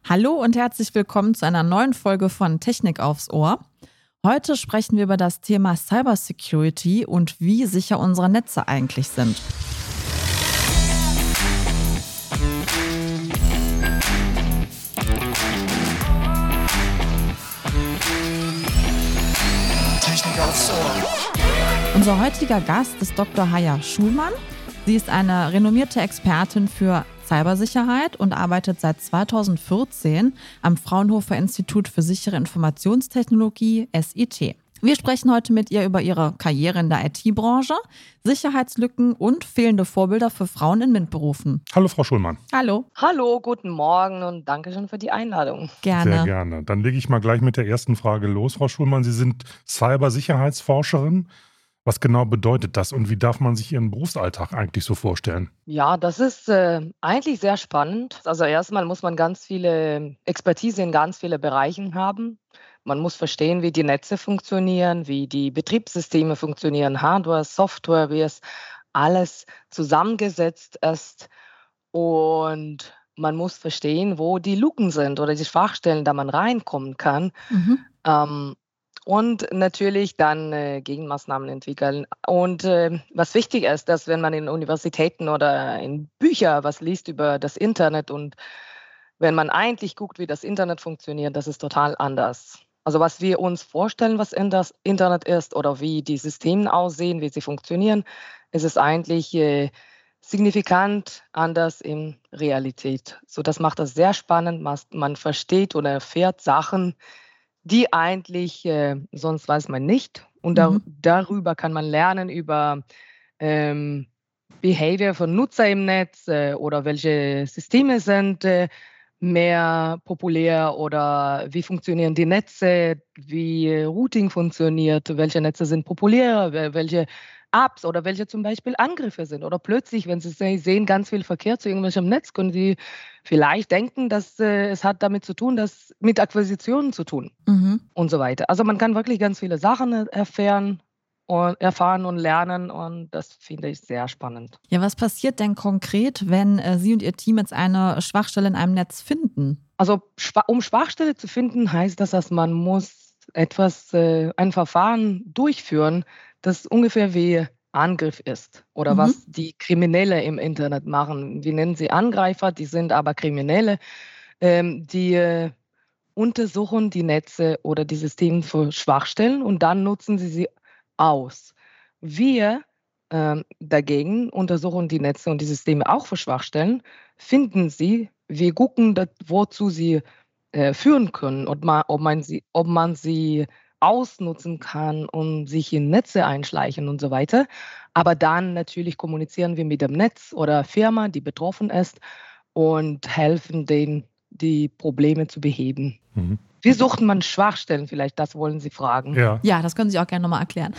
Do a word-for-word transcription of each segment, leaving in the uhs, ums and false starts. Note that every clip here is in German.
Hallo und herzlich willkommen zu einer neuen Folge von Technik aufs Ohr. Heute sprechen wir über das Thema Cybersecurity und wie sicher unsere Netze eigentlich sind. Technik aufs Ohr. Unser heutiger Gast ist Doktor Haya Schulmann. Sie ist eine renommierte Expertin für Cybersicherheit und arbeitet seit zweitausendvierzehn am Fraunhofer Institut für sichere Informationstechnologie, S I T. Wir sprechen heute mit ihr über ihre Karriere in der I T-Branche, Sicherheitslücken und fehlende Vorbilder für Frauen in MINT-Berufen. Hallo Frau Schulmann. Hallo. Hallo, guten Morgen und danke schön für die Einladung. Gerne. Sehr gerne. Dann lege ich mal gleich mit der ersten Frage los, Frau Schulmann. Sie sind Cybersicherheitsforscherin. Was genau bedeutet das und wie darf man sich Ihren Berufsalltag eigentlich so vorstellen? Ja, das ist äh, eigentlich sehr spannend. Also erstmal muss man ganz viele Expertise in ganz vielen Bereichen haben. Man muss verstehen, wie die Netze funktionieren, wie die Betriebssysteme funktionieren, Hardware, Software, wie es alles zusammengesetzt ist. Und man muss verstehen, wo die Lücken sind oder die Schwachstellen, da man reinkommen kann. Mhm. Ähm, Und natürlich dann äh, Gegenmaßnahmen entwickeln. Und äh, was wichtig ist, dass wenn man in Universitäten oder in Büchern was liest über das Internet und wenn man eigentlich guckt, wie das Internet funktioniert, das ist total anders. Also was wir uns vorstellen, was in das Internet ist oder wie die Systeme aussehen, wie sie funktionieren, ist es eigentlich äh, signifikant anders in Realität. So, das macht das sehr spannend. Man versteht oder erfährt Sachen, die eigentlich, äh, sonst weiß man nicht. Und da, Mhm. darüber kann man lernen über ähm, Behavior von Nutzer im Netz äh, oder welche Systeme sind äh, mehr populär oder wie funktionieren die Netze, wie Routing funktioniert, welche Netze sind populärer, wel- welche Apps oder welche zum Beispiel Angriffe sind. Oder plötzlich, wenn Sie se- sehen ganz viel Verkehr zu irgendwelchem Netz, können Sie vielleicht denken, dass äh, es hat damit zu tun, dass mit Akquisitionen zu tun Mhm. und so weiter. Also man kann wirklich ganz viele Sachen äh, erfahren und erfahren und lernen und das finde ich sehr spannend. Ja, was passiert denn konkret, wenn äh, Sie und Ihr Team jetzt eine Schwachstelle in einem Netz finden? Also schwa- um Schwachstelle zu finden, heißt das, dass man muss etwas, äh, ein Verfahren durchführen, das ungefähr wie Angriff ist oder Mhm. was die Kriminelle im Internet machen. Wir nennen sie Angreifer, die sind aber Kriminelle, ähm, die äh, untersuchen die Netze oder die Systeme für Schwachstellen und dann nutzen sie sie aus. Wir ähm, dagegen untersuchen die Netze und die Systeme auch für Schwachstellen, finden sie, wir gucken, dat, wozu sie äh, führen können, ob man, ob, man sie, ob man sie ausnutzen kann und sich in Netze einschleichen und so weiter. Aber dann natürlich kommunizieren wir mit dem Netz oder Firma, die betroffen ist und helfen denen, die Probleme zu beheben. Mhm. Wie sucht man Schwachstellen vielleicht? Das wollen Sie fragen. Ja. Ja, das können Sie auch gerne nochmal erklären.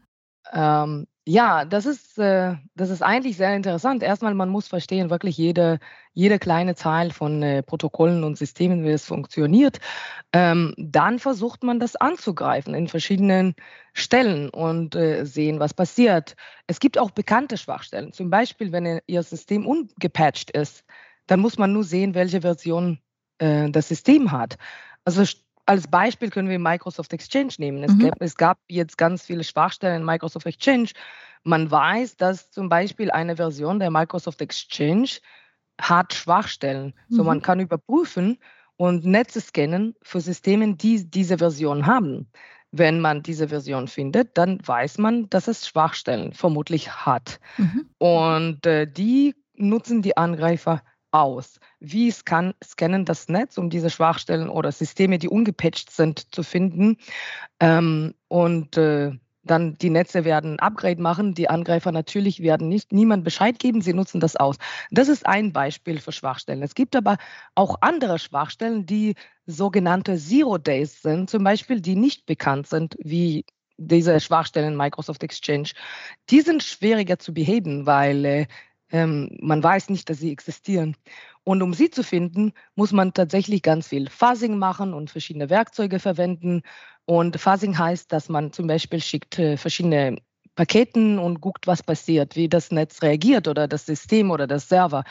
Ähm, ja, das ist, äh, das ist eigentlich sehr interessant. Erstmal, man muss verstehen, wirklich jede, jede kleine Zahl von äh, Protokollen und Systemen, wie es funktioniert. Ähm, dann versucht man das anzugreifen in verschiedenen Stellen und äh, sehen, was passiert. Es gibt auch bekannte Schwachstellen. Zum Beispiel, wenn ihr Ihr System ungepatcht ist, dann muss man nur sehen, welche Version äh, das System hat. Also st- als Beispiel können wir Microsoft Exchange nehmen. Es Mhm. gab, es gab jetzt ganz viele Schwachstellen in Microsoft Exchange. Man weiß, dass zum Beispiel eine Version der Microsoft Exchange hat Schwachstellen. So, man Mhm. kann überprüfen und Netze scannen für Systeme, die diese Version haben. Wenn man diese Version findet, dann weiß man, dass es Schwachstellen vermutlich hat. Mhm. Und äh, die nutzen die Angreifer aus. Wie scan scannen das Netz, um diese Schwachstellen oder Systeme, die ungepatcht sind, zu finden. Ähm, und äh, dann die Netze werden Upgrade machen. Die Angreifer natürlich werden nicht niemand Bescheid geben. Sie nutzen das aus. Das ist ein Beispiel für Schwachstellen. Es gibt aber auch andere Schwachstellen, die sogenannte Zero Days sind, zum Beispiel, die nicht bekannt sind, wie diese Schwachstellen in Microsoft Exchange. Die sind schwieriger zu beheben, weil äh, ähm, man weiß nicht, dass sie existieren. Und um sie zu finden, muss man tatsächlich ganz viel Fuzzing machen und verschiedene Werkzeuge verwenden. Und Fuzzing heißt, dass man zum Beispiel schickt äh, verschiedene Paketen und guckt, was passiert, wie das Netz reagiert oder das System oder das Server.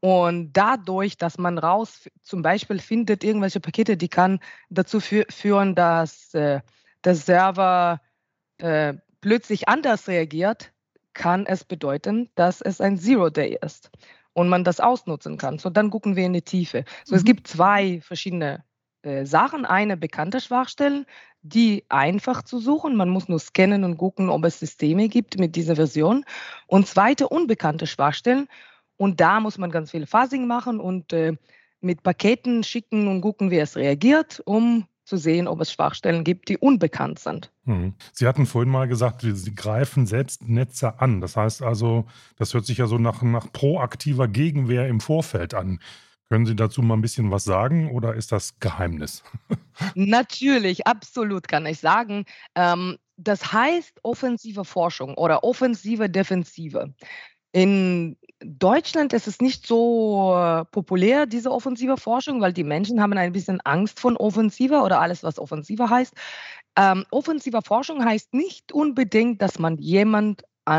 Und dadurch, dass man raus zum Beispiel findet irgendwelche Pakete, die kann dazu fü- führen, dass äh, der Server äh, plötzlich anders reagiert, kann es bedeuten, dass es ein Zero-Day ist und man das ausnutzen kann. So, dann gucken wir in die Tiefe. So, es Mhm. gibt zwei verschiedene äh, Sachen. Eine bekannte Schwachstellen, die einfach zu suchen. Man muss nur scannen und gucken, ob es Systeme gibt mit dieser Version. Und zweite unbekannte Schwachstellen. Und da muss man ganz viel Fuzzing machen und äh, mit Paketen schicken und gucken, wie es reagiert, um zu sehen, ob es Schwachstellen gibt, die unbekannt sind. Mhm. Sie hatten vorhin mal gesagt, Sie greifen selbst Netze an. Das heißt also, das hört sich ja so nach, nach proaktiver Gegenwehr im Vorfeld an. Können Sie dazu mal ein bisschen was sagen oder ist das Geheimnis? Natürlich, absolut kann ich sagen. Ähm, das heißt offensive Forschung oder offensive Defensive. In Deutschland ist es nicht so äh, populär, diese offensive Forschung, weil die Menschen haben ein bisschen Angst von Offensive oder alles, was Offensive heißt. Ähm, offensive Forschung heißt nicht unbedingt, dass man jemand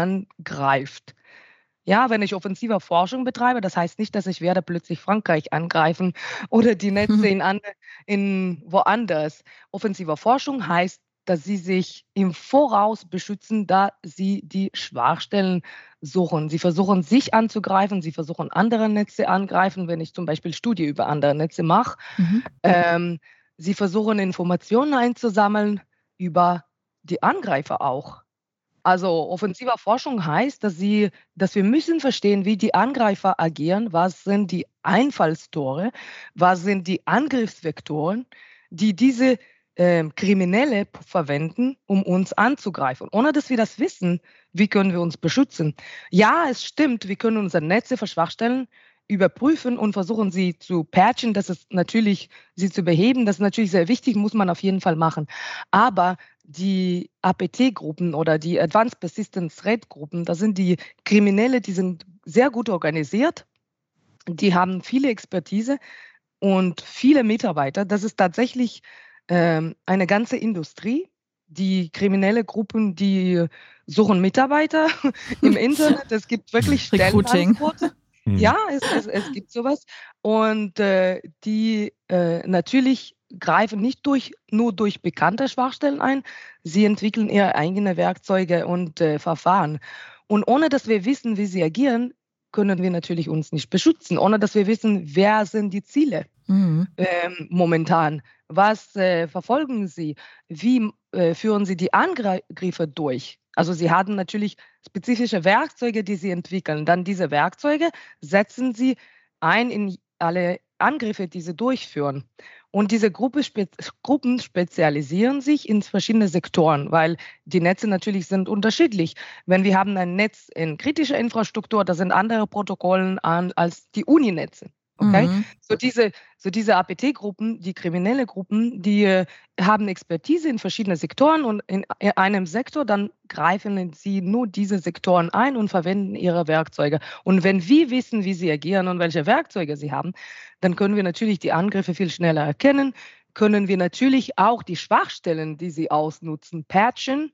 angreift. Ja, wenn ich offensive Forschung betreibe, das heißt nicht, dass ich werde plötzlich Frankreich angreifen oder die Netze in, ande, in woanders. Offensive Forschung heißt, dass sie sich im Voraus beschützen, da sie die Schwachstellen suchen. Sie versuchen, sich anzugreifen, sie versuchen, andere Netze angreifen, wenn ich zum Beispiel Studie über andere Netze mache. Mhm. Ähm, sie versuchen, Informationen einzusammeln über die Angreifer auch. Also offensiver Forschung heißt, dass sie, dass wir müssen verstehen, wie die Angreifer agieren, was sind die Einfallstore, was sind die Angriffsvektoren, die diese ähm, Kriminelle p- verwenden, um uns anzugreifen. Ohne dass wir das wissen, wie können wir uns beschützen? Ja, es stimmt, wir können unsere Netze verschwachstellen, überprüfen und versuchen sie zu patchen. Das ist natürlich, sie zu beheben. Das ist natürlich sehr wichtig, muss man auf jeden Fall machen. Aber die A P T-Gruppen oder die Advanced Persistent Threat-Gruppen, das sind die Kriminelle, die sind sehr gut organisiert, die haben viele Expertise und viele Mitarbeiter. Das ist tatsächlich ähm, eine ganze Industrie. Die kriminelle Gruppen, die suchen Mitarbeiter im Internet. Es gibt wirklich Recruiting. Stellenangebote. Mhm. Ja, es, es, es gibt sowas. Und äh, die äh, natürlich greifen nicht durch, nur durch bekannte Schwachstellen ein, sie entwickeln ihre eigenen Werkzeuge und äh, Verfahren. Und ohne dass wir wissen, wie sie agieren, können wir natürlich uns nicht beschützen, ohne dass wir wissen, wer sind die Ziele Mhm. ähm, momentan, was äh, verfolgen sie, wie äh, führen sie die Angriffe durch. Also sie haben natürlich spezifische Werkzeuge, die sie entwickeln. Dann diese Werkzeuge setzen sie ein in alle Angriffe, die sie durchführen. Und diese Gruppe spe Gruppen spezialisieren sich in verschiedene Sektoren, weil die Netze natürlich sind unterschiedlich. Wenn wir haben ein Netz in kritischer Infrastruktur, da sind andere Protokolle an als die Uninetze. Okay? Mhm. So diese, so diese A P T-Gruppen, die kriminelle Gruppen, die äh, haben Expertise in verschiedenen Sektoren und in einem Sektor, dann greifen sie nur diese Sektoren ein und verwenden ihre Werkzeuge. Und wenn wir wissen, wie sie agieren und welche Werkzeuge sie haben, dann können wir natürlich die Angriffe viel schneller erkennen, können wir natürlich auch die Schwachstellen, die sie ausnutzen, patchen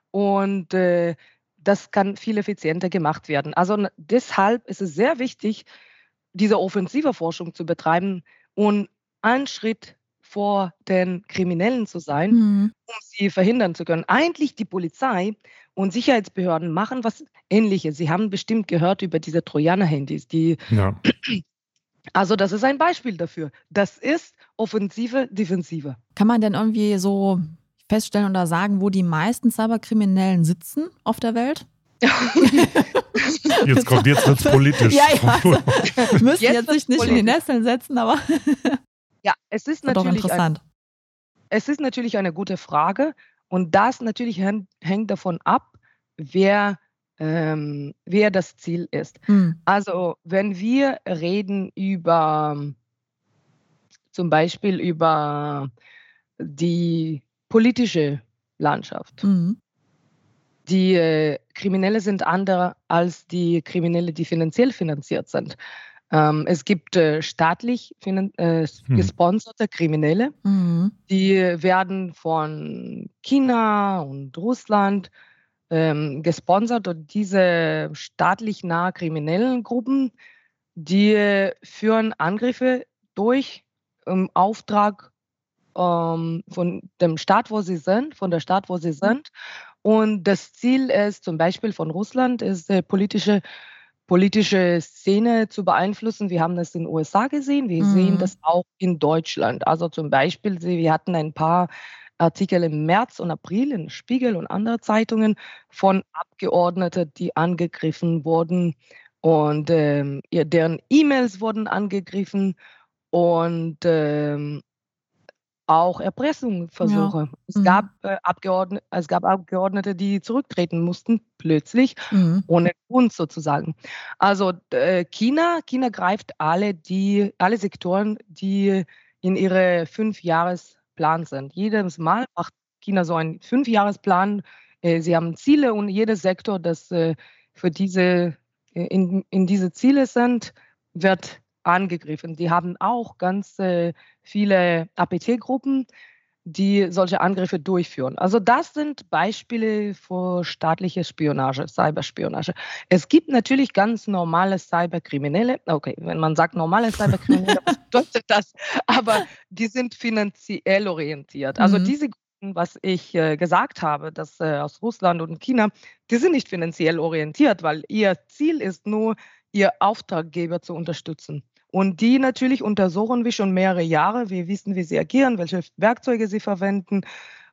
und äh, das kann viel effizienter gemacht werden. Also n- deshalb ist es sehr wichtig, diese offensive Forschung zu betreiben und einen Schritt vor den Kriminellen zu sein, Mhm. um sie verhindern zu können. Eigentlich die Polizei und Sicherheitsbehörden machen was Ähnliches. Sie haben bestimmt gehört über diese Trojaner-Handys. Die, Ja. also das ist ein Beispiel dafür. Das ist offensive Defensive. Kann man denn irgendwie so feststellen oder sagen, wo die meisten Cyberkriminellen sitzen auf der Welt? Jetzt kommt, jetzt wird's politisch. Ja, ja, also, müssen Jetzt jetzt wird's sich nicht in die politisch. Nesseln setzen, aber Ja, es ist ist doch natürlich ein, interessant. es ist natürlich eine gute Frage und das natürlich hängt, hängt davon ab, wer, ähm, wer das Ziel ist. Mhm. Also wenn wir reden über zum Beispiel über die politische Landschaft, Mhm. die äh, Kriminelle sind andere als die Kriminelle, die finanziell finanziert sind. Ähm, es gibt äh, staatlich finan äh, Hm. gesponserte Kriminelle, Mhm. die werden von China und Russland ähm, gesponsert und diese staatlich nahe kriminellen Gruppen die äh, führen Angriffe durch im Auftrag ähm, von dem Staat, wo sie sind, von der Stadt, wo sie sind. Und das Ziel ist zum Beispiel von Russland, ist äh, politische, politische Szene zu beeinflussen. Wir haben das in den U S A gesehen, wir sehen Mhm. das auch in Deutschland. Also zum Beispiel, sie- wir hatten ein paar Artikel im März und April in Spiegel und andere Zeitungen von Abgeordneten, die angegriffen wurden und ähm, ihr, deren E-Mails wurden angegriffen und ähm, auch Ja. Erpressungsversuche. Es Mhm. gab, äh, Abgeordnete, es gab Abgeordnete, die zurücktreten mussten, plötzlich, Mhm. ohne Grund sozusagen. Also äh, China, China greift alle, die, alle Sektoren, die in ihre Fünfjahresplan sind. Jedes Mal macht China so einen Fünfjahresplan. Äh, sie haben Ziele und jeder Sektor, das äh, für diese, äh, in, in diese Ziele sind, wird angegriffen. Die haben auch ganz äh, viele A P T-Gruppen, die solche Angriffe durchführen. Also das sind Beispiele für staatliche Spionage, Cyberspionage. Es gibt natürlich ganz normale Cyberkriminelle. Okay, wenn man sagt normale Cyberkriminelle, was bedeutet das? Aber die sind finanziell orientiert. Also Mhm. diese Gruppen, was ich äh, gesagt habe, dass äh, aus Russland und China, die sind nicht finanziell orientiert, weil ihr Ziel ist nur, ihr Auftraggeber zu unterstützen. Und die natürlich untersuchen wir schon mehrere Jahre. Wir wissen, wie sie agieren, welche Werkzeuge sie verwenden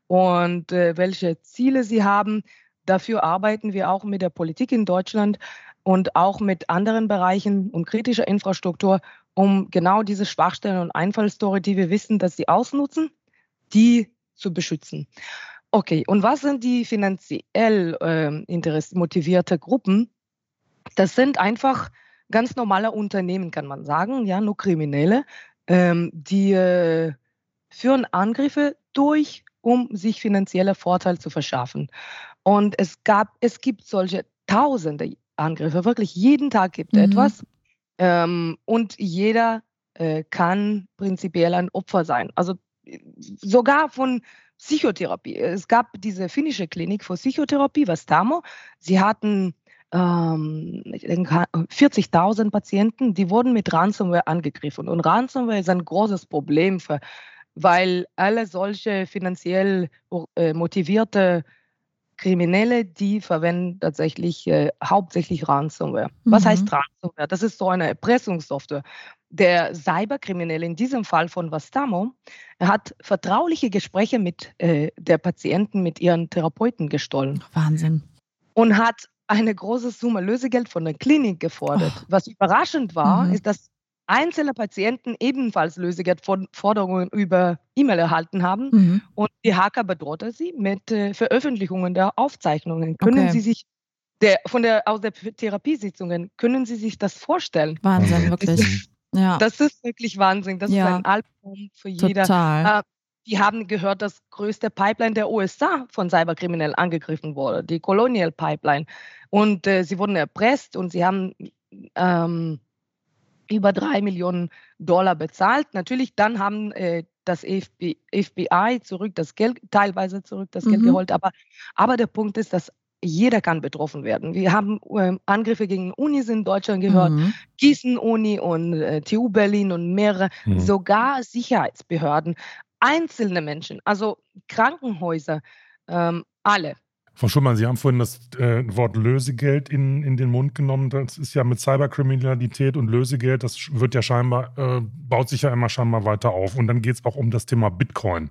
und äh, welche Ziele sie haben. Dafür arbeiten wir auch mit der Politik in Deutschland und auch mit anderen Bereichen und kritischer Infrastruktur, um genau diese Schwachstellen und Einfallstore, die wir wissen, dass sie ausnutzen, die zu beschützen. Okay, und was sind die finanziell ähm, interess- motivierte Gruppen? Das sind einfach ganz normale Unternehmen, kann man sagen, ja, nur Kriminelle, ähm, die äh, führen Angriffe durch, um sich finanzielle Vorteile zu verschaffen. Und es gab, es gibt solche tausende Angriffe, wirklich jeden Tag gibt es Mhm. etwas. Ähm, und jeder äh, kann prinzipiell ein Opfer sein. Also äh, sogar von Psychotherapie. Es gab diese finnische Klinik für Psychotherapie, Vastamo. Sie hatten ähm, ich denke, vierzigtausend Patienten, die wurden mit Ransomware angegriffen. Und Ransomware ist ein großes Problem, für, weil alle solche finanziell äh, motivierte Kriminelle, die verwenden tatsächlich äh, hauptsächlich Ransomware. Was heißt Mhm. Ransomware? Das ist so eine Erpressungssoftware. Der Cyberkriminelle, in diesem Fall von Vastamo, er hat vertrauliche Gespräche mit äh, der Patienten, mit ihren Therapeuten gestohlen Wahnsinn. und hat eine große Summe Lösegeld von der Klinik gefordert. Oh. Was überraschend war, Mhm. ist, dass einzelne Patienten ebenfalls Lösegeldforderungen über E-Mail erhalten haben Mhm. und die Hacker bedrohte sie mit äh, Veröffentlichungen der Aufzeichnungen. Können Okay. Sie sich der, von der, aus der Therapiesitzungen, können Sie sich das vorstellen? Wahnsinn, Wahnsinn. Das wirklich. ist, Mhm. Ja, das ist wirklich Wahnsinn. Das ist ja, ein Albtraum für jeder. total. Äh, die haben gehört, dass größte Pipeline der U S A von Cyberkriminellen angegriffen wurde, die Colonial Pipeline. Und äh, sie wurden erpresst und sie haben ähm, über drei Millionen Dollar bezahlt. Natürlich, dann haben äh, das F B I zurück das Geld, teilweise zurück das Geld Mhm. geholt. Aber, aber der Punkt ist, dass jeder kann betroffen werden. Wir haben ähm, Angriffe gegen Unis in Deutschland gehört, Mhm. Gießen-Uni und äh, T U Berlin und mehrere, Mhm. sogar Sicherheitsbehörden, einzelne Menschen, also Krankenhäuser, ähm, alle. Frau Schulmann, Sie haben vorhin das äh, Wort Lösegeld in, in den Mund genommen. Das ist ja mit Cyberkriminalität und Lösegeld, das wird ja scheinbar, äh, baut sich ja immer scheinbar weiter auf. Und dann geht es auch um das Thema Bitcoin.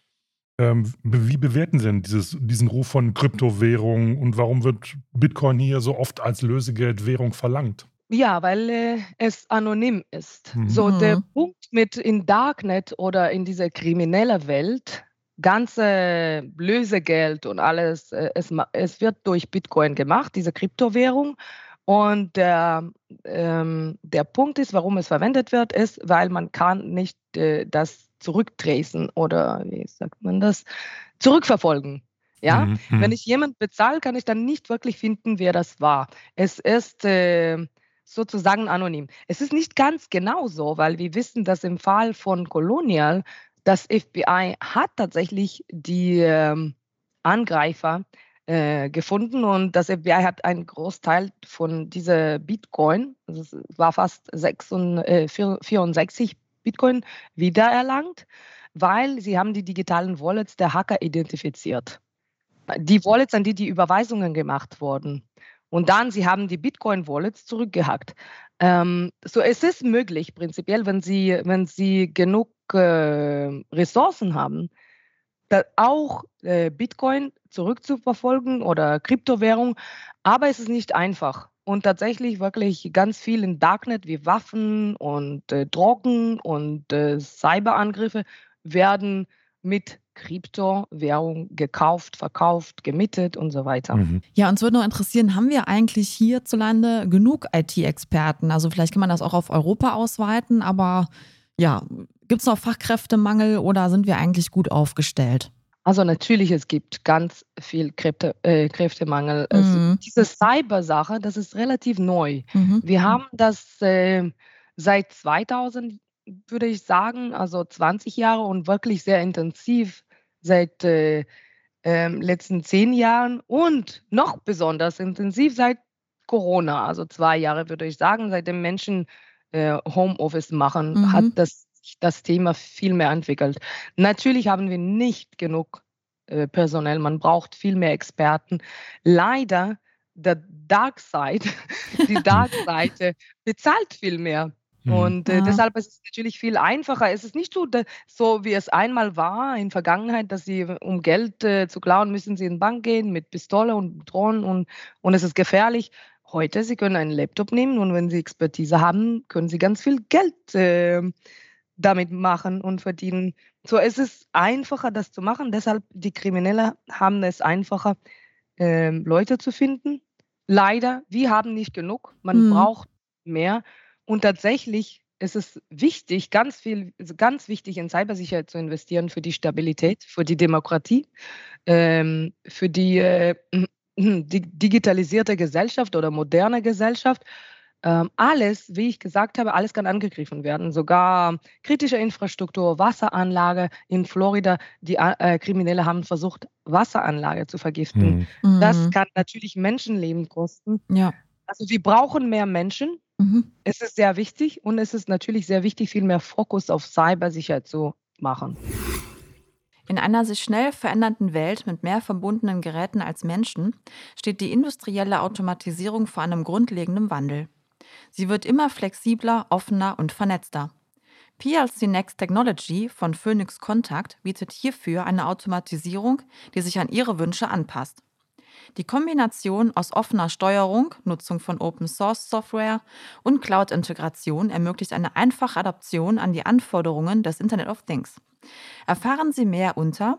Ähm, wie bewerten Sie denn dieses, diesen Ruf von Kryptowährungen und warum wird Bitcoin hier so oft als Lösegeldwährung verlangt? Ja, weil äh, es anonym ist. Mhm. So der Mhm. Punkt mit in Darknet oder in dieser kriminellen Welt, ganze Lösegeld und alles, äh, es, ma- es wird durch Bitcoin gemacht, diese Kryptowährung. Und der, ähm, der Punkt ist, warum es verwendet wird, ist, weil man kann nicht äh, das zurücktracen oder wie sagt man das, zurückverfolgen. Ja, Mhm. wenn Mhm. ich jemand bezahle, kann ich dann nicht wirklich finden, wer das war. Es ist äh, sozusagen anonym. Es ist nicht ganz genau so, weil wir wissen, dass im Fall von Colonial das F B I hat tatsächlich die ähm, Angreifer äh, gefunden und das F B I hat einen Großteil von dieser Bitcoin, also es war fast vierundsechzig Bitcoin wiedererlangt, weil sie haben die digitalen Wallets der Hacker identifiziert. Die Wallets, an die die Überweisungen gemacht wurden. Und dann, sie haben die Bitcoin-Wallets zurückgehackt. Ähm, so, es ist möglich, prinzipiell, wenn Sie, wenn Sie genug äh, Ressourcen haben, da auch äh, Bitcoin zurückzuverfolgen oder Kryptowährung, aber es ist nicht einfach. Und tatsächlich wirklich ganz viel im Darknet wie Waffen und äh, Drogen und äh, Cyberangriffe werden mit Kryptowährung gekauft, verkauft, gemietet und so weiter. Mhm. Ja, uns würde noch interessieren, haben wir eigentlich hierzulande genug I T-Experten? Also vielleicht kann man das auch auf Europa ausweiten, aber ja, gibt es noch Fachkräftemangel oder sind wir eigentlich gut aufgestellt? Also natürlich, es gibt ganz viel Kräfte, äh, Kräftemangel. Es, Mhm. diese Cyber-Sache, das ist relativ neu. Mhm. Wir haben das äh, seit zweitausend, würde ich sagen, also zwanzig Jahre und wirklich sehr intensiv seit äh, ähm, letzten zehn Jahren und noch besonders intensiv seit Corona, also zwei Jahre würde ich sagen, seitdem Menschen äh, Homeoffice machen, hat Mhm. das, das Thema viel mehr entwickelt. Natürlich haben wir nicht genug äh, Personal, man braucht viel mehr Experten. Leider, der Dark Side, die Dark Seite bezahlt viel mehr. Mhm. Und äh, Ja. deshalb ist es natürlich viel einfacher. Es ist nicht so, da, so wie es einmal war in Vergangenheit, dass sie, um Geld äh, zu klauen, müssen sie in die Bank gehen mit Pistole und Drohnen und, und es ist gefährlich. Heute, sie können einen Laptop nehmen und wenn sie Expertise haben, können sie ganz viel Geld äh, damit machen und verdienen. So, es ist einfacher, das zu machen. Deshalb, die Kriminellen haben es einfacher, ähm, Leute zu finden. Leider, wir haben nicht genug. Man Mhm. braucht mehr. Und tatsächlich ist es wichtig, ganz viel, also ganz wichtig in Cybersicherheit zu investieren für die Stabilität, für die Demokratie, ähm, für die, äh, die digitalisierte Gesellschaft oder moderne Gesellschaft. Ähm, alles, wie ich gesagt habe, alles kann angegriffen werden. Sogar kritische Infrastruktur, Wasseranlage in Florida, die äh, Kriminelle haben versucht, Wasseranlage zu vergiften. Mhm. Das Mhm. kann natürlich Menschenleben kosten. Ja. Also wir brauchen mehr Menschen. Mhm. Es ist sehr wichtig und es ist natürlich sehr wichtig, viel mehr Fokus auf Cybersicherheit zu machen. In einer sich schnell verändernden Welt mit mehr verbundenen Geräten als Menschen steht die industrielle Automatisierung vor einem grundlegenden Wandel. Sie wird immer flexibler, offener und vernetzter. P L C Next Technology von Phoenix Contact bietet hierfür eine Automatisierung, die sich an Ihre Wünsche anpasst. Die Kombination aus offener Steuerung, Nutzung von Open-Source-Software und Cloud-Integration ermöglicht eine einfache Adaption an die Anforderungen des Internet of Things. Erfahren Sie mehr unter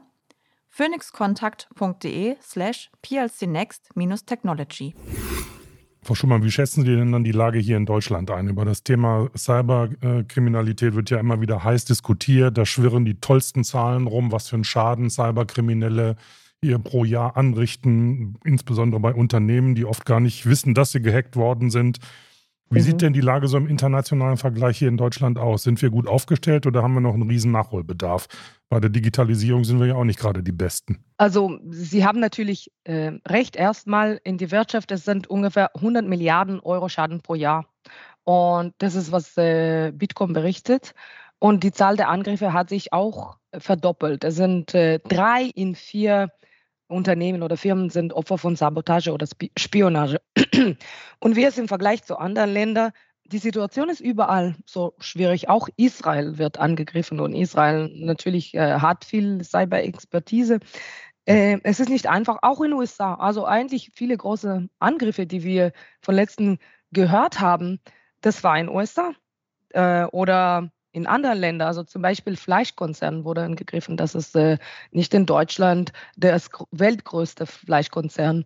phoenixcontact.de slash plcnext-technology. Frau Schumann, wie schätzen Sie denn dann die Lage hier in Deutschland ein? Über das Thema Cyberkriminalität wird ja immer wieder heiß diskutiert. Da schwirren die tollsten Zahlen rum, was für einen Schaden Cyberkriminelle hier pro Jahr anrichten, insbesondere bei Unternehmen, die oft gar nicht wissen, dass sie gehackt worden sind. Wie Mhm. sieht denn die Lage so im internationalen Vergleich hier in Deutschland aus? Sind wir gut aufgestellt oder haben wir noch einen riesen Nachholbedarf? Bei der Digitalisierung sind wir ja auch nicht gerade die Besten. Also Sie haben natürlich äh, recht. Erstmal in die Wirtschaft, es sind ungefähr hundert Milliarden Euro Schaden pro Jahr. Und das ist, was äh, Bitkom berichtet. Und die Zahl der Angriffe hat sich auch verdoppelt. Es sind äh, drei in vier Unternehmen oder Firmen sind Opfer von Sabotage oder Spi- Spionage. Und wie es im Vergleich zu anderen Ländern, die Situation ist überall so schwierig. Auch Israel wird angegriffen und Israel natürlich äh, hat viel Cyber-Expertise. Äh, es ist nicht einfach, auch in den U S A. Also eigentlich viele große Angriffe, die wir von letzten gehört haben, das war in den U S A äh, oder in anderen Ländern. Also zum Beispiel Fleischkonzern wurde angegriffen. Das ist äh, nicht in Deutschland der ist gr- weltgrößte Fleischkonzern.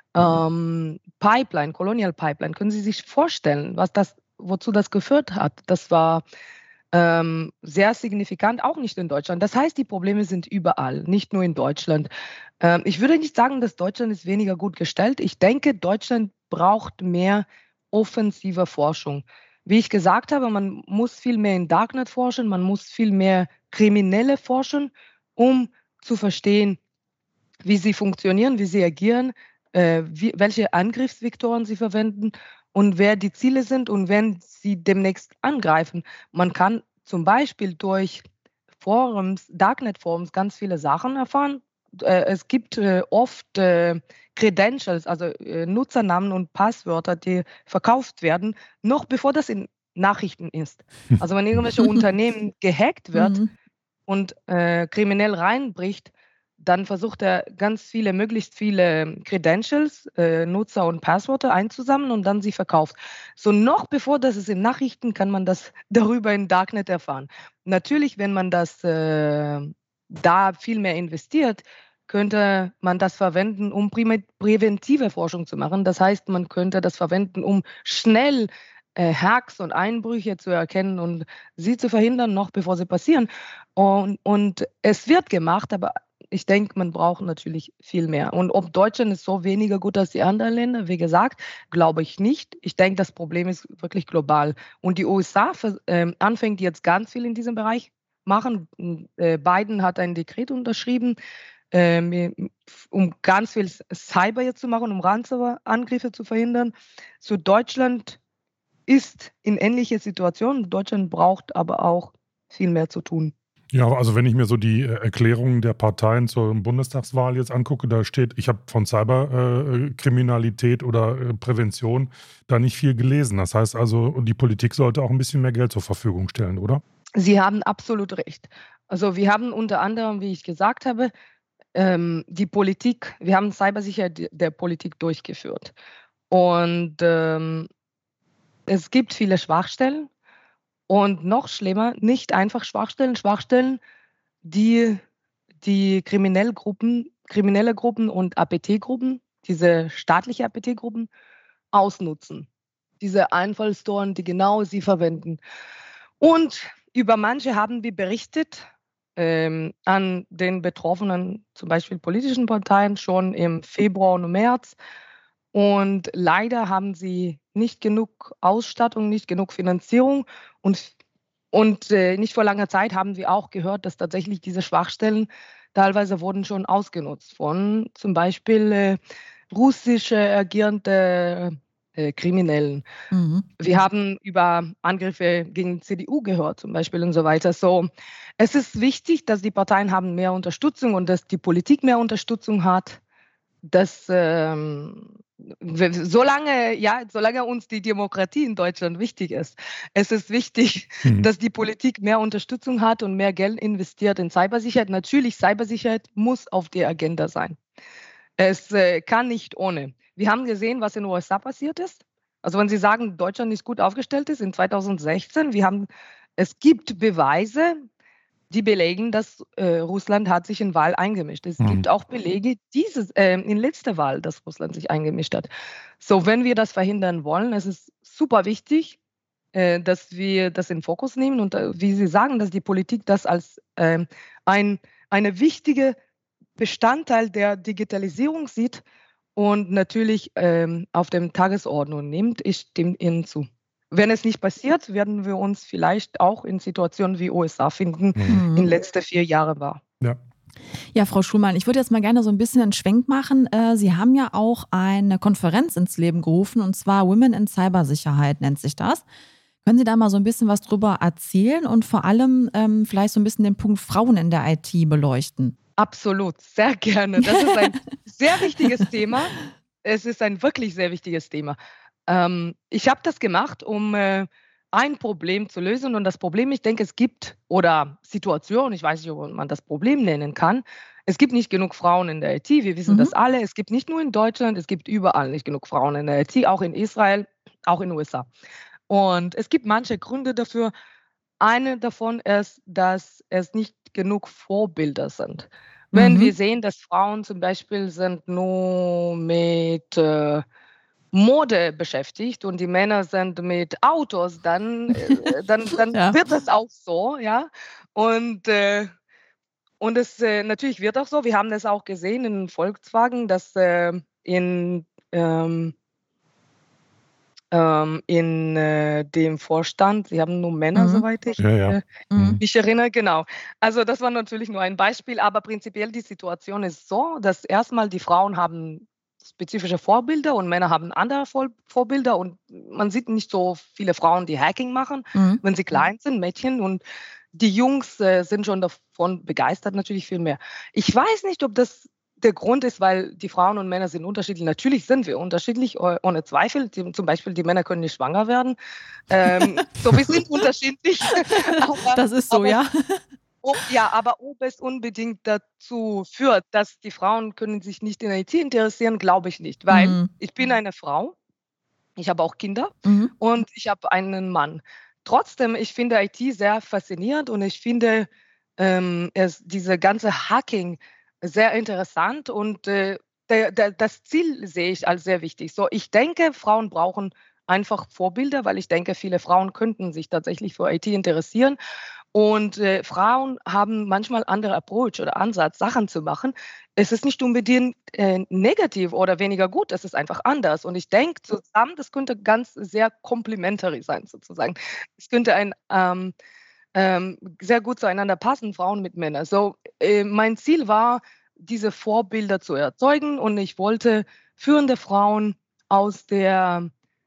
Ähm, Pipeline, Colonial Pipeline. Können Sie sich vorstellen, was das, wozu das geführt hat? Das war ähm, sehr signifikant, auch nicht in Deutschland. Das heißt, die Probleme sind überall, nicht nur in Deutschland. Ähm, ich würde nicht sagen, dass Deutschland ist weniger gut gestellt. Ich denke, Deutschland braucht mehr offensive Forschung. Wie ich gesagt habe, man muss viel mehr in Darknet forschen, man muss viel mehr Kriminelle forschen, um zu verstehen, wie sie funktionieren, wie sie agieren, äh, wie, welche Angriffsvektoren sie verwenden und wer die Ziele sind und wenn sie demnächst angreifen. Man kann zum Beispiel durch Forums, Darknet-Forums ganz viele Sachen erfahren. Äh, es gibt äh, oft äh, Credentials, also äh, Nutzernamen und Passwörter, die verkauft werden, noch bevor das in Nachrichten ist. Also wenn irgendwelche Unternehmen gehackt wird Mhm. und äh, kriminell reinbricht, dann versucht er ganz viele, möglichst viele Credentials, äh, Nutzer und Passwörter einzusammeln und dann sie verkauft. So noch bevor das ist in Nachrichten, kann man das darüber in Darknet erfahren. Natürlich, wenn man das äh, da viel mehr investiert, könnte man das verwenden, um prime- präventive Forschung zu machen. Das heißt, man könnte das verwenden, um schnell äh, Hacks und Einbrüche zu erkennen und sie zu verhindern, noch bevor sie passieren. Und, und es wird gemacht, aber ich denke, man braucht natürlich viel mehr. Und ob Deutschland ist so weniger gut als die anderen Länder, wie gesagt, glaube ich nicht. Ich denke, das Problem ist wirklich global. Und die U S A vers- ähm, anfängt jetzt ganz viel in diesem Bereich machen. Äh, Biden hat ein Dekret unterschrieben, ähm, um ganz viel Cyber jetzt zu machen, um Ransomware-Angriffe zu verhindern. So Deutschland ist in ähnlicher Situation. Deutschland braucht aber auch viel mehr zu tun. Ja, also wenn ich mir so die äh, Erklärungen der Parteien zur Bundestagswahl jetzt angucke, da steht, ich habe von Cyberkriminalität oder äh, Prävention da nicht viel gelesen. Das heißt also, die Politik sollte auch ein bisschen mehr Geld zur Verfügung stellen, oder? Sie haben absolut recht. Also wir haben unter anderem, wie ich gesagt habe, ähm, die Politik, wir haben Cybersicherheit der Politik durchgeführt. Und ähm, es gibt viele Schwachstellen und noch schlimmer, nicht einfach Schwachstellen, Schwachstellen, die die kriminelle Gruppen, kriminelle Gruppen und A P T-Gruppen, diese staatliche A P T-Gruppen, ausnutzen. Diese Einfallstoren, die genau sie verwenden. Und über manche haben wir berichtet ähm, an den betroffenen, zum Beispiel politischen Parteien, schon im Februar und März. Und leider haben sie nicht genug Ausstattung, nicht genug Finanzierung. Und, und äh, nicht vor langer Zeit haben wir auch gehört, dass tatsächlich diese Schwachstellen teilweise wurden schon ausgenutzt von zum Beispiel äh, russische agierende äh, Kriminellen. Mhm. Wir haben über Angriffe gegen die C D U gehört, zum Beispiel und so weiter. So, es ist wichtig, dass die Parteien haben mehr Unterstützung und dass die Politik mehr Unterstützung hat. Dass ähm, w- solange, ja, solange uns die Demokratie in Deutschland wichtig ist, es ist wichtig, Mhm. dass die Politik mehr Unterstützung hat und mehr Geld investiert in Cybersicherheit. Natürlich, Cybersicherheit muss auf der Agenda sein. Es äh, kann nicht ohne. Wir haben gesehen, was in den U S A passiert ist. Also wenn Sie sagen, Deutschland nicht gut aufgestellt ist, in zweitausendsechzehn, wir haben, es gibt Beweise, die belegen, dass äh, Russland hat sich in Wahl eingemischt. Es Mhm. gibt auch Belege dieses, äh, in letzter Wahl, dass Russland sich eingemischt hat. So, wenn wir das verhindern wollen, es ist super wichtig, äh, dass wir das in den Fokus nehmen und äh, wie Sie sagen, dass die Politik das als ähm, ein, eine wichtige Bestandteil der Digitalisierung sieht und natürlich ähm, auf dem Tagesordnung nimmt. Ich stimme Ihnen zu. Wenn es nicht passiert, werden wir uns vielleicht auch in Situationen wie U S A finden, Mhm. in Mhm. letzten vier Jahren war. Ja. Ja, Frau Schulmann, ich würde jetzt mal gerne so ein bisschen einen Schwenk machen. Äh, Sie haben ja auch eine Konferenz ins Leben gerufen, und zwar Women in Cybersicherheit nennt sich das. Können Sie da mal so ein bisschen was drüber erzählen und vor allem ähm, vielleicht so ein bisschen den Punkt Frauen in der I T beleuchten? Absolut, sehr gerne. Das ist ein sehr wichtiges Thema. Es ist ein wirklich sehr wichtiges Thema. Ähm, ich habe das gemacht, um äh, ein Problem zu lösen. Und das Problem, ich denke, es gibt, oder Situation, ich weiß nicht, ob man das Problem nennen kann, es gibt nicht genug Frauen in der I T. Wir wissen Mhm. das alle. Es gibt nicht nur in Deutschland, es gibt überall nicht genug Frauen in der I T, auch in Israel, auch in den U S A. Und es gibt manche Gründe dafür. Eine davon ist, dass es nicht genug Vorbilder sind. Wenn wir Mhm. sehen, dass Frauen zum Beispiel sind nur mit äh, Mode beschäftigt und die Männer sind mit Autos, dann, äh, dann, dann Ja. wird das auch so, ja. Und, äh, und es äh, natürlich wird auch so. Wir haben das auch gesehen in Volkswagen, dass äh, in ähm, ähm, in äh, dem Vorstand. Sie haben nur Männer, Mhm. soweit ich Ja, ja. äh, Mhm. mich erinnere, genau. Also das war natürlich nur ein Beispiel, aber prinzipiell die Situation ist so, dass erstmal die Frauen haben spezifische Vorbilder und Männer haben andere Vor Vorbilder und man sieht nicht so viele Frauen, die Hacking machen, Mhm. wenn sie klein sind, Mädchen, und die Jungs äh, sind schon davon begeistert, natürlich viel mehr. Ich weiß nicht, ob das der Grund ist, weil die Frauen und Männer sind unterschiedlich. Natürlich sind wir unterschiedlich, oh- ohne Zweifel. Die, zum Beispiel, die Männer können nicht schwanger werden. Ähm, so, wir sind unterschiedlich. aber, Das ist so, aber ja. ob, ja, aber ob es unbedingt dazu führt, dass die Frauen können sich nicht in I T interessieren, glaube ich nicht. Weil Mhm. ich bin eine Frau, ich habe auch Kinder Mhm. und ich habe einen Mann. Trotzdem, ich finde I T sehr faszinierend und ich finde ähm, es, diese ganze Hacking sehr interessant und äh, der, der, das Ziel sehe ich als sehr wichtig. So, ich denke, Frauen brauchen einfach Vorbilder, weil ich denke, viele Frauen könnten sich tatsächlich für I T interessieren. Und äh, Frauen haben manchmal andere Approach oder Ansatz, Sachen zu machen. Es ist nicht unbedingt äh, negativ oder weniger gut, es ist einfach anders. Und ich denke zusammen, das könnte ganz sehr complementary sein, sozusagen. Es könnte ein ähm, ähm, sehr gut zueinander passen, Frauen mit Männern. So, äh, mein Ziel war, diese Vorbilder zu erzeugen und ich wollte führende Frauen aus der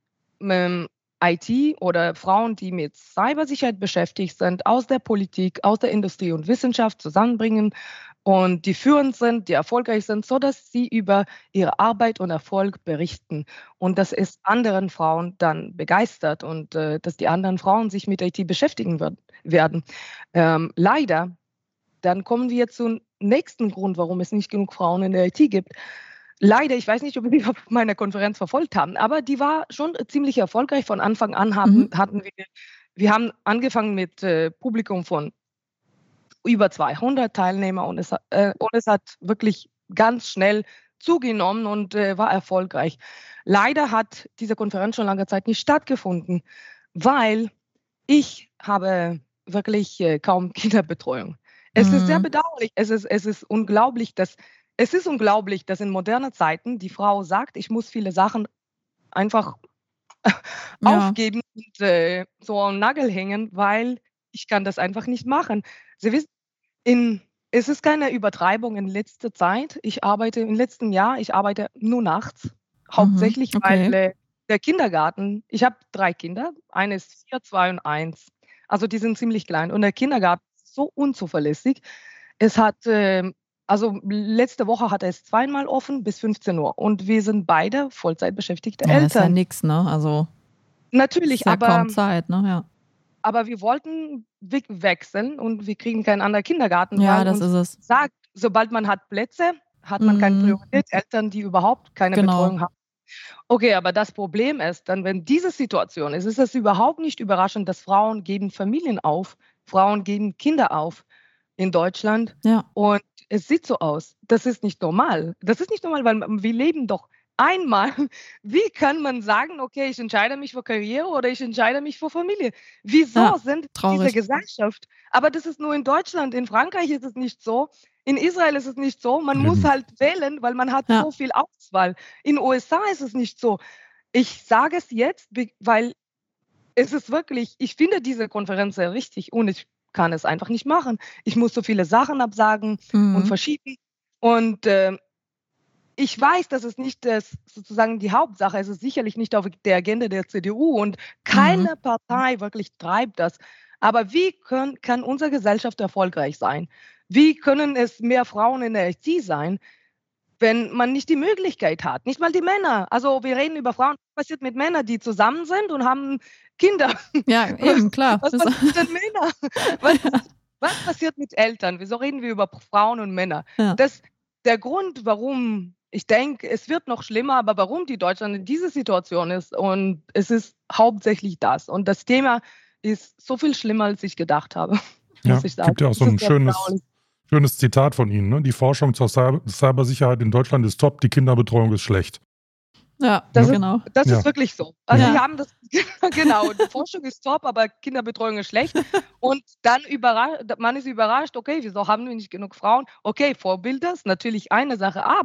ähm, I T oder Frauen, die mit Cybersicherheit beschäftigt sind, aus der Politik, aus der Industrie und Wissenschaft zusammenbringen und die führend sind, die erfolgreich sind, sodass sie über ihre Arbeit und Erfolg berichten und dass es anderen Frauen dann begeistert und äh, dass die anderen Frauen sich mit I T beschäftigen wird, werden. Ähm, leider, dann kommen wir zum nächsten Grund, warum es nicht genug Frauen in der I T gibt. Leider, ich weiß nicht, ob Sie meine Konferenz verfolgt haben, aber die war schon ziemlich erfolgreich. Von Anfang an haben, Mhm. hatten wir, wir haben angefangen mit äh, Publikum von über zweihundert Teilnehmer und es, hat- äh, und es hat wirklich ganz schnell zugenommen und äh, war erfolgreich. Leider hat diese Konferenz schon lange Zeit nicht stattgefunden, weil ich habe wirklich äh, kaum Kinderbetreuung. Es ist sehr Mhm. bedauerlich. Es ist, es ist unglaublich, dass es ist unglaublich, dass in modernen Zeiten die Frau sagt, ich muss viele Sachen einfach Ja. aufgeben und äh, so am Nagel hängen, weil ich kann das einfach nicht machen. Sie wissen, in, es ist keine Übertreibung in letzter Zeit. Ich arbeite im letzten Jahr, ich arbeite nur nachts, Mhm. hauptsächlich, weil Okay. äh, der Kindergarten, ich habe drei Kinder, eine ist vier, zwei und eins. Also die sind ziemlich klein. Und der Kindergarten ist so unzuverlässig. Es hat, ähm, also letzte Woche hat er es zweimal offen bis fünfzehn Uhr. Und wir sind beide Vollzeit beschäftigte Ja, das ist ja Eltern. nix, ne? Also, ist Natürlich, ja kaum aber Zeit, ne? Ja. aber wir wollten we wechseln und wir kriegen keinen anderen Kindergarten, Ja, weil das uns ist es. sagt, sobald man hat Plätze, hat man keine Mhm. Priorität. Eltern, die überhaupt keine Genau. Betreuung haben. Okay, aber das Problem ist dann, wenn diese Situation ist, ist es überhaupt nicht überraschend, dass Frauen geben Familien auf, Frauen geben Kinder auf in Deutschland Ja. und es sieht so aus. Das ist nicht normal. Das ist nicht normal, weil wir leben doch einmal. Wie kann man sagen, okay, ich entscheide mich für Karriere oder ich entscheide mich für Familie? Wieso Ja, sind diese traurig. Gesellschaft? Aber das ist nur in Deutschland. In Frankreich ist es nicht so. In Israel ist es nicht so. Man muss Eben. halt wählen, weil man hat Ja. so viel Auswahl. In den U S A ist es nicht so. Ich sage es jetzt, be- weil es ist wirklich, ich finde diese Konferenz sehr richtig und ich kann es einfach nicht machen. Ich muss so viele Sachen absagen und Mhm. verschieben. Und äh, ich weiß, das ist nicht das, sozusagen die Hauptsache. Es ist sicherlich nicht auf der Agenda der C D U und Mhm. keine Partei wirklich treibt das. Aber wie können, kann unsere Gesellschaft erfolgreich sein? Wie können es mehr Frauen in der I T sein, wenn man nicht die Möglichkeit hat? Nicht mal die Männer. Also wir reden über Frauen. Was passiert mit Männern, die zusammen sind und haben Kinder? Ja, eben, klar. Was Ist passiert mit Männern? Was, was passiert mit Eltern? Wieso reden wir über Frauen und Männer? Ja. Das, der Grund, warum ich denke, es wird noch schlimmer, aber warum die Deutschland in dieser Situation ist, und es ist hauptsächlich das. Und das Thema ist so viel schlimmer, als ich gedacht habe, Ja, muss ich sagen. gibt ja auch Es so ein ist sehr schönes, bedauerlich. schönes Zitat von Ihnen. Ne? Die Forschung zur Cyber Cybersicherheit in Deutschland ist top, die Kinderbetreuung ist schlecht. Ja, Das ist, genau. das Ja. ist wirklich so. Also Ja. sie haben das, genau, die Forschung ist top, aber Kinderbetreuung ist schlecht. Und dann überrascht, man ist überrascht, okay, wieso haben wir nicht genug Frauen? Okay, Vorbilder ist natürlich eine Sache, aber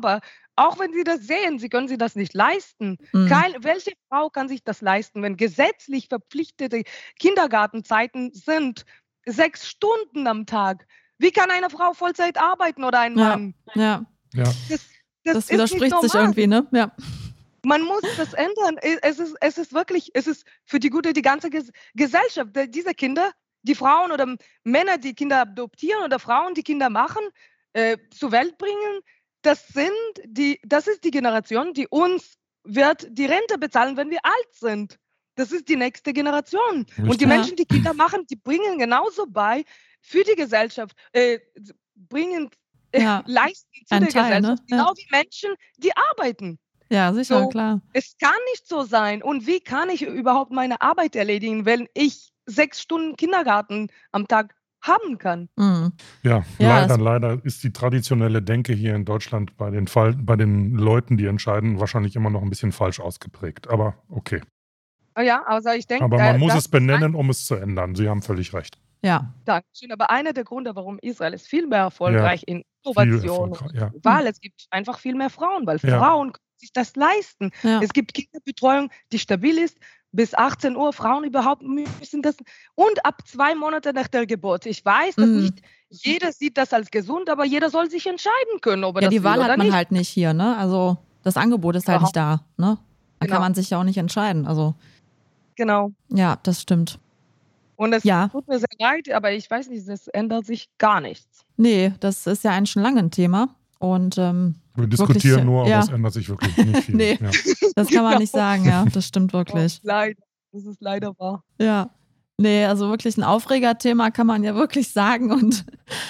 auch wenn Sie das sehen, Sie können sich das nicht leisten. Mhm. Kein, welche Frau kann sich das leisten, wenn gesetzlich verpflichtete Kindergartenzeiten sind sechs Stunden am Tag? Wie kann eine Frau Vollzeit arbeiten oder ein Ja, Mann? ja. Ja. Das, das, Das ist nicht widerspricht sich normal. irgendwie, ne? Ja. Man muss das ändern. Es ist, es ist wirklich, es ist für die gute, die ganze Ges Gesellschaft. Die- Diese Kinder, die Frauen oder Männer, die Kinder adoptieren oder Frauen, die Kinder machen, äh, zur Welt bringen, das sind die, das ist die Generation, die uns wird die Rente bezahlen, wenn wir alt sind. Das ist die nächste Generation. Und die Richtig. Ja. Menschen, die Kinder machen, die bringen genauso bei für die Gesellschaft, äh, bringen, äh, Ja. leisten zu Ein der Teil, ne? Gesellschaft, Ja. genau wie Menschen, die arbeiten. Ja, sicher, So, klar. es kann nicht so sein. Und wie kann ich überhaupt meine Arbeit erledigen, wenn ich sechs Stunden Kindergarten am Tag haben kann? Mhm. Ja, Ja, leider, das- leider ist die traditionelle Denke hier in Deutschland bei den, Fall, bei den Leuten, die entscheiden, wahrscheinlich immer noch ein bisschen falsch ausgeprägt. Aber okay. Ah ja, also ich denke, Aber man äh, muss das es benennen, um es zu ändern. Sie haben völlig recht. Ja. Dankeschön. Aber einer der Gründe, warum Israel ist viel mehr erfolgreich in Viel Innovation, erfolgreich, ja. weil es gibt einfach viel mehr Frauen, weil Ja. Frauen können sich das leisten. Ja. Es gibt Kinderbetreuung, die stabil ist. Bis achtzehn Uhr Frauen überhaupt müssen das. Und ab zwei Monate nach der Geburt. Ich weiß, dass Mhm. nicht jeder sieht das als gesund, aber jeder soll sich entscheiden können, ob er Ja, das die will Wahl oder hat man nicht. halt nicht hier, ne? Also das Angebot ist halt nicht da, ne? Da Genau. kann man sich ja auch nicht entscheiden. Also Genau. ja, das stimmt. Und es Ja. tut mir sehr leid, aber ich weiß nicht, es ändert sich gar nichts. Nee, das ist ja eigentlich schon lange ein Thema. Und ähm, Wir diskutieren wirklich, nur, aber ja. es ändert sich wirklich nicht viel. Nee. Ja. das kann man Genau. nicht sagen, ja. Das stimmt wirklich. Oh, leider. Das ist leider wahr. Ja. Nee, also wirklich ein Aufregerthema kann man ja wirklich sagen. Und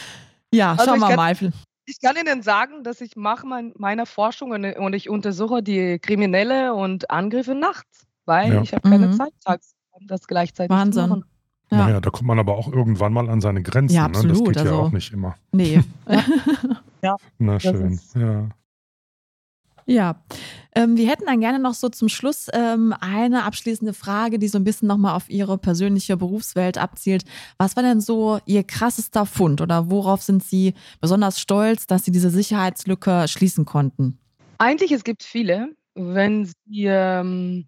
ja, Also schauen ich wir kann- mal. Ich kann Ihnen sagen, dass ich mache mein, meine Forschung und, und ich untersuche die Kriminelle und Angriffe nachts, weil Ja. ich habe keine Mhm. Zeit tags, um das gleichzeitig zu Wahnsinn. machen. Ja. Naja, da kommt man aber auch irgendwann mal an seine Grenzen. Ja, Ne? Das absolut, geht ja also- auch nicht immer. Nee. Na Das schön. ist- Ja. Ja, ähm, wir hätten dann gerne noch so zum Schluss ähm, eine abschließende Frage, die so ein bisschen nochmal auf Ihre persönliche Berufswelt abzielt. Was war denn so Ihr krassester Fund oder worauf sind Sie besonders stolz, dass Sie diese Sicherheitslücke schließen konnten? Eigentlich, es gibt viele. Wenn Sie, ähm,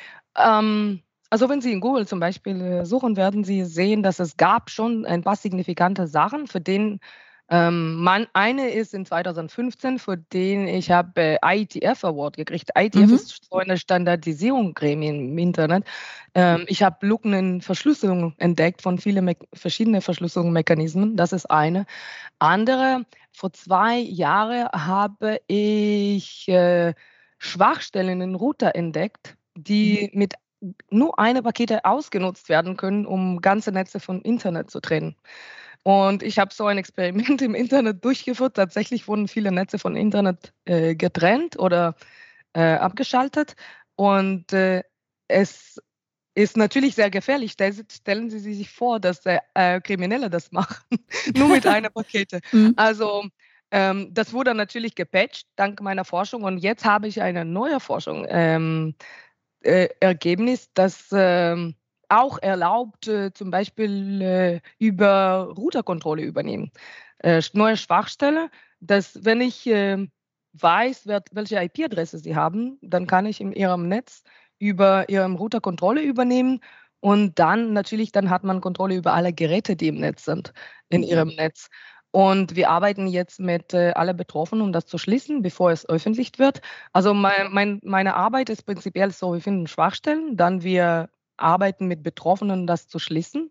ähm, also wenn Sie in Google zum Beispiel äh, suchen, werden Sie sehen, dass es gab schon ein paar signifikante Sachen, für den ähm, man, eine ist in zweitausendfünfzehn, für den ich habe äh, I E T F Award gekriegt. I E T F Mhm. ist so eine Standardisierungsgremie im Internet. Ähm, ich habe Lücken in Verschlüsselung entdeckt von vielen Me verschiedenen Verschlüsselungsmechanismen. Das ist eine. Andere, vor zwei Jahren habe ich äh, Schwachstellen in Router entdeckt, die mit nur eine Pakete ausgenutzt werden können, um ganze Netze vom Internet zu trennen. Und ich habe so ein Experiment im Internet durchgeführt. Tatsächlich wurden viele Netze von Internet äh, getrennt oder äh, abgeschaltet. Und äh, es ist natürlich sehr gefährlich. Stell- Stellen Sie sich vor, dass äh, äh, Kriminelle das machen, nur mit einer Pakete. Mhm. Also ähm, das wurde natürlich gepatcht, dank meiner Forschung. Und jetzt habe ich eine neue Forschung. Ähm, äh, Ergebnis, das ähm, auch erlaubt, äh, zum Beispiel äh, über Routerkontrolle übernehmen. Äh, neue Schwachstelle, dass wenn ich äh, weiß, wer, welche I P-Adresse Sie haben, dann kann ich in Ihrem Netz über Ihrem Router Kontrolle übernehmen und dann natürlich, dann hat man Kontrolle über alle Geräte, die im Netz sind, in Ihrem Netz. Und wir arbeiten jetzt mit äh, alle Betroffenen, um das zu schließen, bevor es öffentlich wird. Also mein, mein, meine Arbeit ist prinzipiell so, wir finden Schwachstellen, dann wir arbeiten mit Betroffenen, das zu schließen.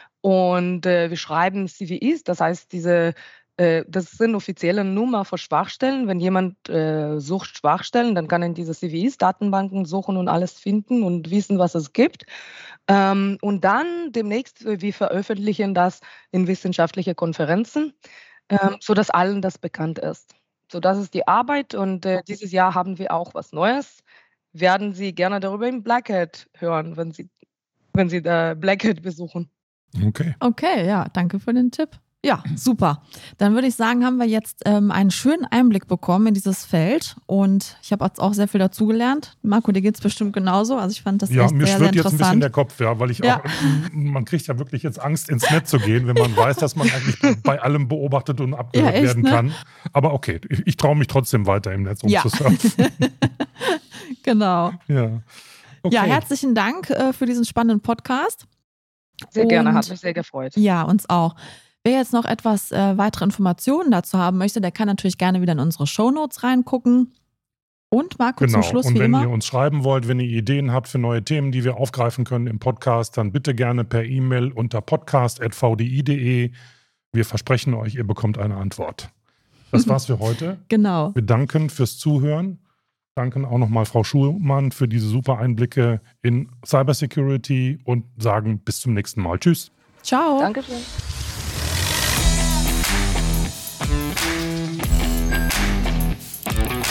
Und äh, wir schreiben C V Is, das heißt, diese, äh, das sind offizielle Nummer für Schwachstellen. Wenn jemand äh, sucht Schwachstellen, dann kann er in diese C V Is, Datenbanken suchen und alles finden und wissen, was es gibt. Ähm, und dann demnächst, äh, wir veröffentlichen das in wissenschaftliche Konferenzen, ähm, sodass allen das bekannt ist. So, das ist die Arbeit und äh, dieses Jahr haben wir auch was Neues. Werden Sie gerne darüber im Black Hat hören, wenn Sie, wenn Sie da Black Hat besuchen. Okay. Okay, ja, danke für den Tipp. Ja, super. Dann würde ich sagen, haben wir jetzt ähm, einen schönen Einblick bekommen in dieses Feld und ich habe jetzt auch sehr viel dazugelernt. Marco, dir geht es bestimmt genauso. Also ich fand das ja, echt mir sehr, schwirrt sehr jetzt ein bisschen interessant. der Kopf, ja, weil ich Ja. auch, man kriegt ja wirklich jetzt Angst, ins Netz zu gehen, wenn man weiß, dass man eigentlich bei allem beobachtet und abgehört Ja, echt, werden ne? kann. Aber okay, ich, ich traue mich trotzdem weiter im Netz Ja. umzusurfen. Genau. Ja. Okay. Ja, herzlichen Dank äh, für diesen spannenden Podcast. Sehr gerne, Und- hat mich sehr gefreut. Ja, uns auch. Wer jetzt noch etwas äh, weitere Informationen dazu haben möchte, der kann natürlich gerne wieder in unsere Shownotes reingucken. Und Marco, Genau, zum Schluss und wie wenn immer. ihr uns schreiben wollt, wenn ihr Ideen habt für neue Themen, die wir aufgreifen können im Podcast, dann bitte gerne per E-Mail unter podcast at v d i punkt de. Wir versprechen euch, ihr bekommt eine Antwort. Das war's für heute. Genau. Wir danken fürs Zuhören. Danken auch nochmal Frau Schulmann für diese super Einblicke in Cybersecurity und sagen bis zum nächsten Mal. Tschüss. Ciao. Dankeschön.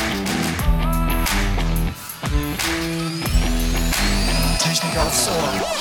Technik aufs Ohr.